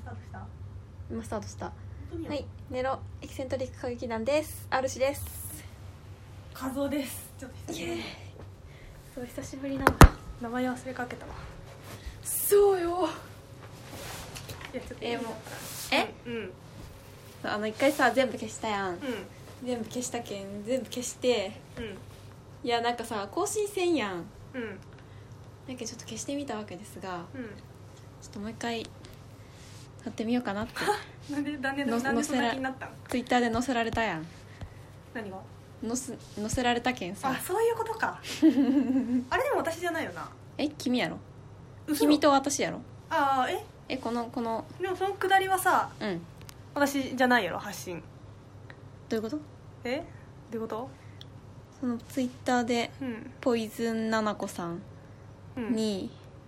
スタートした？ 今スタートした。は本当にい、ネロエキセントリック歌劇団です。アルシです。 カゾです。ちょっと久しぶり。 そう久しぶりなんだ。 名前忘れかけたわ。 そうよ。 いやちょっともううん一回さ全部消したやん。 うん全部消したけん全部消して、いやなんかさ更新せんやん。 うんだけどちょっと消してみたわけですが、 うんちょっともう一回やってみようかなってなんでそんな気になったん？ ツイッターで載せられたやん。 何が？ 載せられたけんさ。 あ、そういうことか。あれでも私じゃないよな。 君やろ。 嘘？ 君と私やろ。 ああ、 このでもそのくだりはさ、 うん私じゃないやろ、発信。 どういうこと？ どういうこと？ そのツイッターでうんポイズンナナコさんうんに、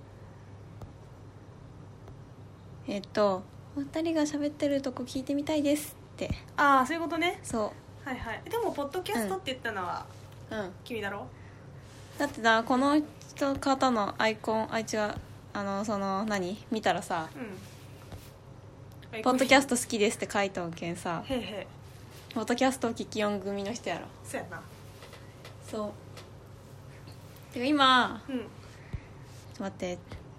お二人が喋ってるとこ聞いてみたいですって。 ああ、そういうことね。 そはいはい。でもポッドキャストって言ったのはう君だろ？ だってな、この方のアイコン違う見たらさ、 うん。 ポッドキャスト。 ト好きですって書いとんけんさ、 へいへい。 ポッドキャストを聞き4組の人やろ。 そうやな。 そうてか今うん。 ちょっと待って。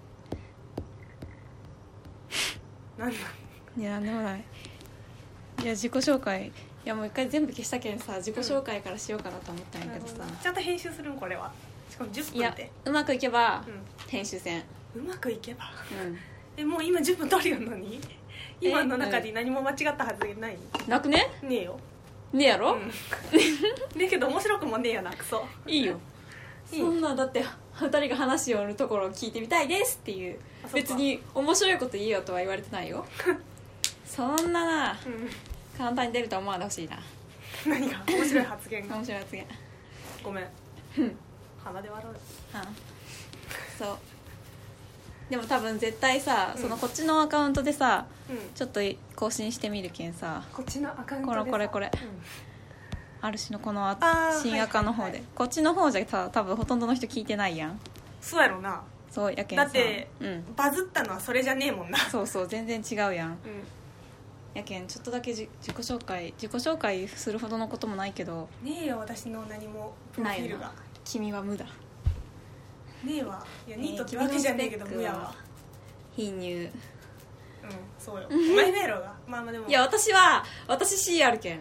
なんだ。 いやなんでもない。いや自己紹介、いやもう一回全部消したけんさ、自己紹介からしようかなと思ったんやけどさ、 ちゃんと編集するんこれは。しかも10 いや分で。 うまくいけば編集せん。 うまくいけば。 うんもう今10分取るよのに。今の中で何も間違ったはずない？ なくね？ ねえよ。 ねえやろ、 うん。だけど面白くもねえよな、クソ。 いいよ。 いいそんなだって2人が話をるところを聞いてみたいですっていう、 あそうか別に面白いこと言えよとは言われてないよ。そんななう簡単に出るとは思わないでほしいな。 ん。何が面白い発言が？ 面白い発言。 ごめん。 うん鼻で笑う。 そうでも多分絶対さ、 うんそのこっちのアカウントでさうん。 ちょっと更新してみるけんさ、 こっちのアカウントでさこれうんあるしのこのあー新アカの方で、 はいはいはいこっちの方じゃさ多分ほとんどの人聞いてないやん。 そうやろな。 そうやけんさ、 だってうんバズったのはそれじゃねえもんな。 そうそう全然違うやん。 うん。 やけんちょっとだけ自己紹介するほどのこともないけど、 ねえよ、私の何もプロフィールが。 君は無だ。 ねえわ。いや、ニートってわけじゃねえけど無やわ。 貧乳。 うん、そうよ。お前ねえろが。まあまあでも。 いや私 C あるけん。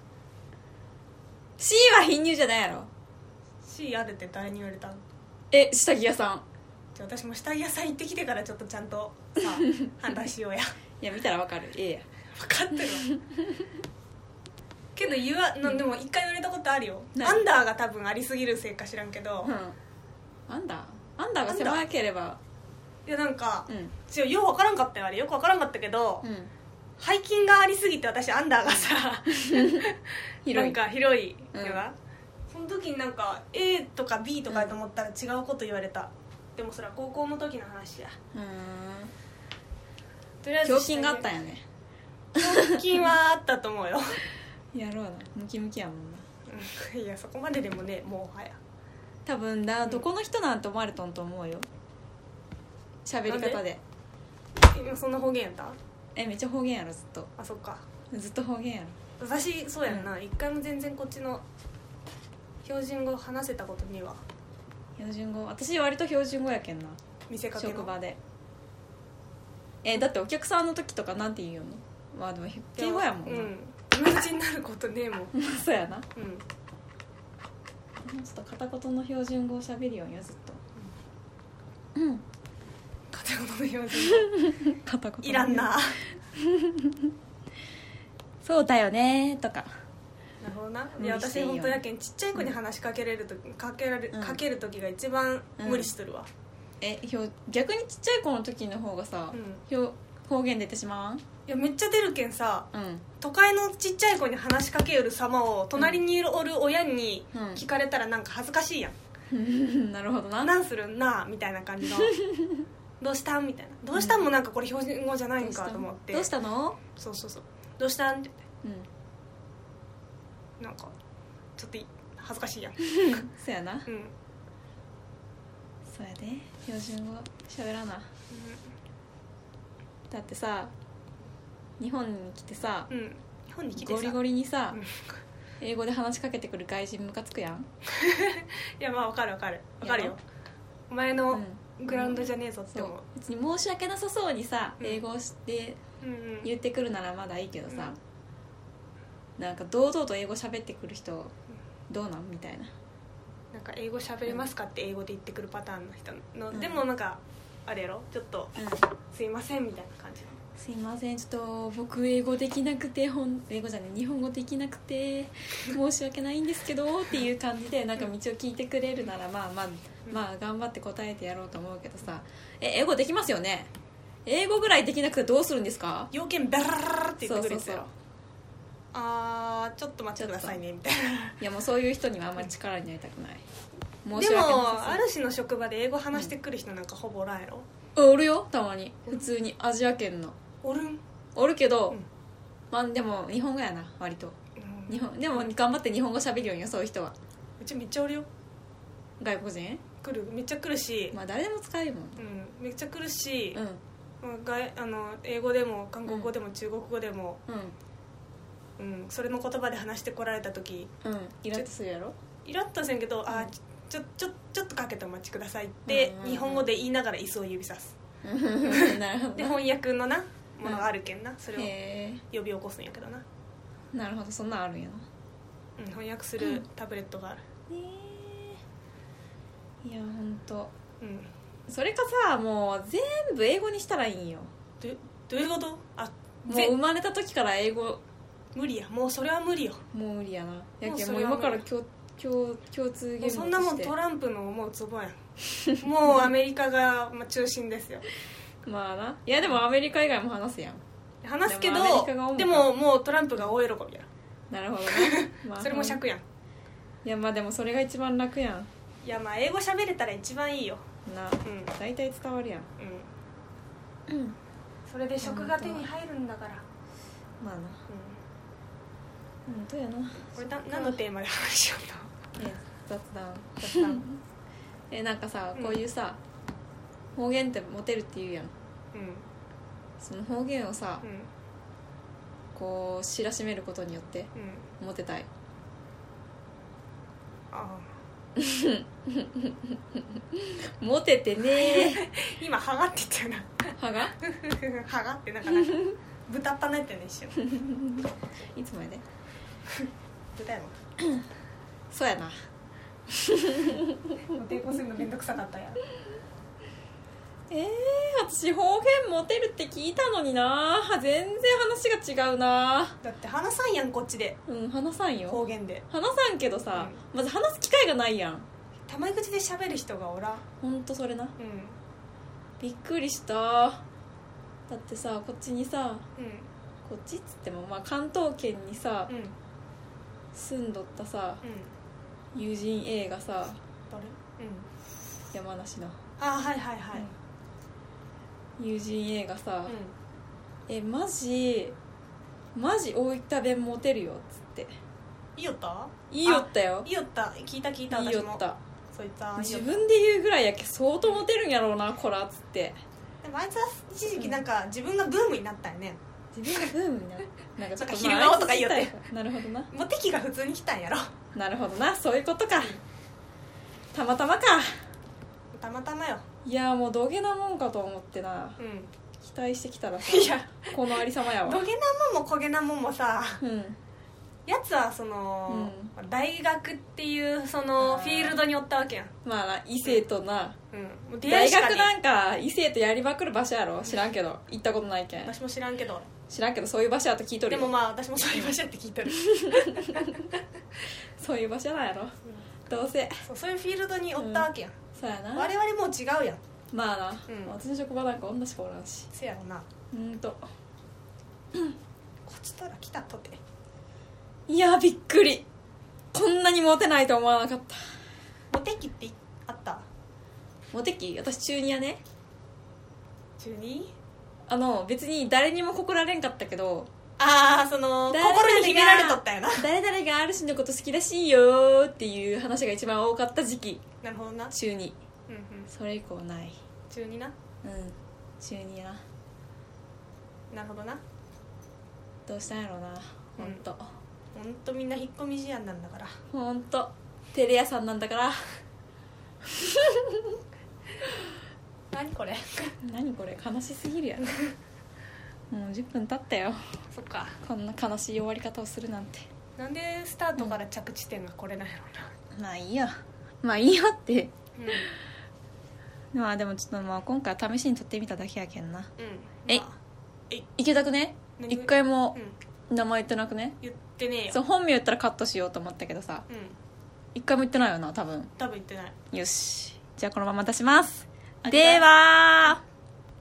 C は貧乳じゃないやろ。 C あるって誰に言われたの？ 下着屋さん。 じゃあ私も下着屋さん行ってきてからちょっとちゃんとさ判断しようや。 いや見たらわかる。や分かってるわ。けどでも一回言われたことあるよ。 何アンダーが多分ありすぎるせいか知らんけど、 アンダーが狭ければ。 いやなんか、 うんよく分からんかったよ。あれよく分からんかったけど、 うん背筋がありすぎて私アンダーがさ広いなんか広いよな、その時になんか A とか B とかと思ったら違うこと言われた、でもそれは高校の時の話や。とりあえず胸筋があったんやね。 胸筋はあったと思うよ。 やろうな、ムキムキやもんな。 うん、いやそこまででもね、もうはや多分どこの人なんて思われとんと思うよ、喋り方で。 今そんな方言やった？ めっちゃ方言やろ。ずっとあ、そっか。 ずっと方言やろ。 私そうやんな、一回も全然こっちの標準語話せたことねえわ。 標準語、私割と標準語やけんな。 見せかけの職場でだってお客さんの時とかなんて言うの？まあでも敬語やもんな。 うん、友達になることねえもん。 そうやな。 うん、 ちょっと片言の標準語を喋るようによ、ずっと。 片言の標準片言語いらんな。 そうだよねとか。 なるほどな。 無いや私理していいよ本当やけん、ちっちゃい子に話しかけれるとかける時が一番無理しとるわ。 逆にちっちゃい子の時の方がさ、方言出てしまわん？ いやめっちゃ出るけんさ、 うん都会のちっちゃい子に話しかける様を隣におる親に聞かれたらなんか恥ずかしいやん。 なるほどな。 なんするんなみたいな感じのどうしたんみたいな、どうしたんもなんかこれ標準語じゃないんかと思って、 どうしたの？ そうどうしたんってうん言ってなんかちょっと恥ずかしいやん。 そうやな。 うん、 そうやで、標準語喋らな。だってさ日本に来てさ、 うん日本に来てさゴリゴリにさ、 うん英語で話しかけてくる外人ムカつくやん。 いやまあわかるよお前のグラウンドじゃねえぞってそう思う、 別に申し訳なさそうにさ、 うん英語をしてうんうん言ってくるならまだいいけどさ、なんか堂々と英語喋ってくる人どうなんみたいな。 なんか英語喋れますかって英語で言ってくるパターンの人の、 うんでもなんかあれやろちょっとうんすいませんみたいな感じすいませんちょっと僕英語できなくて英語じゃない日本語できなくて申し訳ないんですけどっていう感じでなんか道を聞いてくれるならまあ頑張って答えてやろうと思うけどさ、英語できますよね、英語ぐらいできなくてどうするんですか。 要件ベララララって言ってくるんですよ。 そうそうちょっと待ってくださいねみたいいやもうそういう人にはあんまり力になりたくない。 な申し訳なさでもある種の職場で英語話してくる人なんかほぼおらんやろ、 おるよたまに普通にアジア圏のおるん、 おるけど、 うんまあでも日本語やな割とうん日本でも頑張って日本語喋るようによそういう人は。 うちめっちゃおるよ、 外国人来るめっちゃ来るし、 まあ誰でも使えるもん。 めっちゃ来るし、 うん英語でも韓国語でも中国語でも、 うんそれの言葉で話してこられた時イラッとするやろ。 イラッとせんけど、ちょっとかけてお待ちくださいって、日本語で言いながら椅子を指さすなるほどで翻訳のなものがあるけんな、それをへ呼び起こすんやけどな、 えなるほどそんなんあるんやな。 翻訳するタブレットがある、 いやほんとうんそれかさもう全部英語にしたらいいんよ。 どういうこと？ もう生まれた時から英語無理や、もうそれは無理よ。 もう無理やな。やけんもうそれは無理もう今から共通言語としてもうそんなもんトランプの思うツボやんもうアメリカが中心ですよ。 まあないやでもアメリカ以外も話すやん。 話すけどでもアメリカが主かでももうトランプが大喜びやなるほどな、まあ、 それも尺やん。 いやまあでもそれが一番楽やんいやまあ英語喋れたら一番いいよ。 な、 うん大体伝わるやん。 うんそれで職が手に入るんだから。 まあなどうやな。 これ何のテーマで話しようと。 雑談雑談なんかさ、 うんこういうさ方言ってモテるって言うやん。 うんその方言をさ、 うんこう知らしめることによってうんモテたい。 あモテてね今ハガって言ったよ歯がなハガってなんか豚っ鼻やったよね一瞬。 いつまで豚やろ。 そうやな。 抵抗するのめんどくさかったやん。 私方言モテるって聞いたのにな。全然話が違うな。 だって話さんやんこっちで話さんよ。 方言で。 話さんけどさ、まず話す機会がないやん。 タメ口で喋る人がおらん。 ほんとそれな。 うんびっくりした。だってさこっちにさうんこっちっつってもまあ関東圏にさうん住んどったさうん友人 A がさ誰？うん山梨のはいはいはい。 友人 A がさうんマジ大分弁モテるよっつっていいよったいいよったよ。 いいよった聞いたいい私もよったそいつは自分で言うぐらいやけ相当モテるんやろうなこらっつって。 でもあいつは一時期なんか自分がブームになったよね。 自分がブームになるなんかちょっとなんか昼顔とか言いよってまああいつ自体がなるほどな。 モテ期が普通に来たんやろ。 なるほどなそういうことか。たまたまか。 たまたまよ。 いやもう土下なもんかと思ってなうん期待してきたらさいやこのありさまやわ。 土下なもんも焦げなもんもさうんやつはその、大学っていうそのフィールドにおったわけやん。 まあな異性とな、 もう出会大いしかね学なんか異性とやりまくる場所やろ。知らんけど行ったことないけん私も知らんけどそういう場所やと聞いとるよ。 でもまあ私もそういう場所やって聞いとるそういう場所なんやろ、どうせそういうフィールドにおったわけやん、 そうやな。 我々もう違うやん。 まあな、 うん私の職場なんか女しかおらんし。 せやろな。 とこっちとら来たとていやびっくり。こんなにモテないと思わなかった。 モテ期ってあった？ モテ期私中2やね。 中に別に誰にも告られんかったけどその誰々が心に秘められとったよな。 誰々があるしのこと好きらしいよっていう話が一番多かった時期。 なるほどな。 中2。 うんうんそれ以降ない。 中にな。 中2やな。 なるほどな。 どうしたんやろうな、ほんと、 ほんとみんな引っ込み思案なんだから。 ほんとテレ屋さんなんだから何これ何これ悲しすぎるやろもう10分経ったよ。 そっか。 こんな悲しい終わり方をするなんて。 なんでスタートから着地点がこれなんやろまあいいよまあいいよってうな。 まあでもちょっとまあ今回試しに撮ってみただけやけんな。 うんえまあいけたくね？ 何一回もうん名前言ってなくね？ 言ってねえよ。 そう本名言ったらカットしようと思ったけどさ、 うん一回も言ってないよな多分。 多分言ってない。 よしじゃあこのまま出します。 ありがとうでは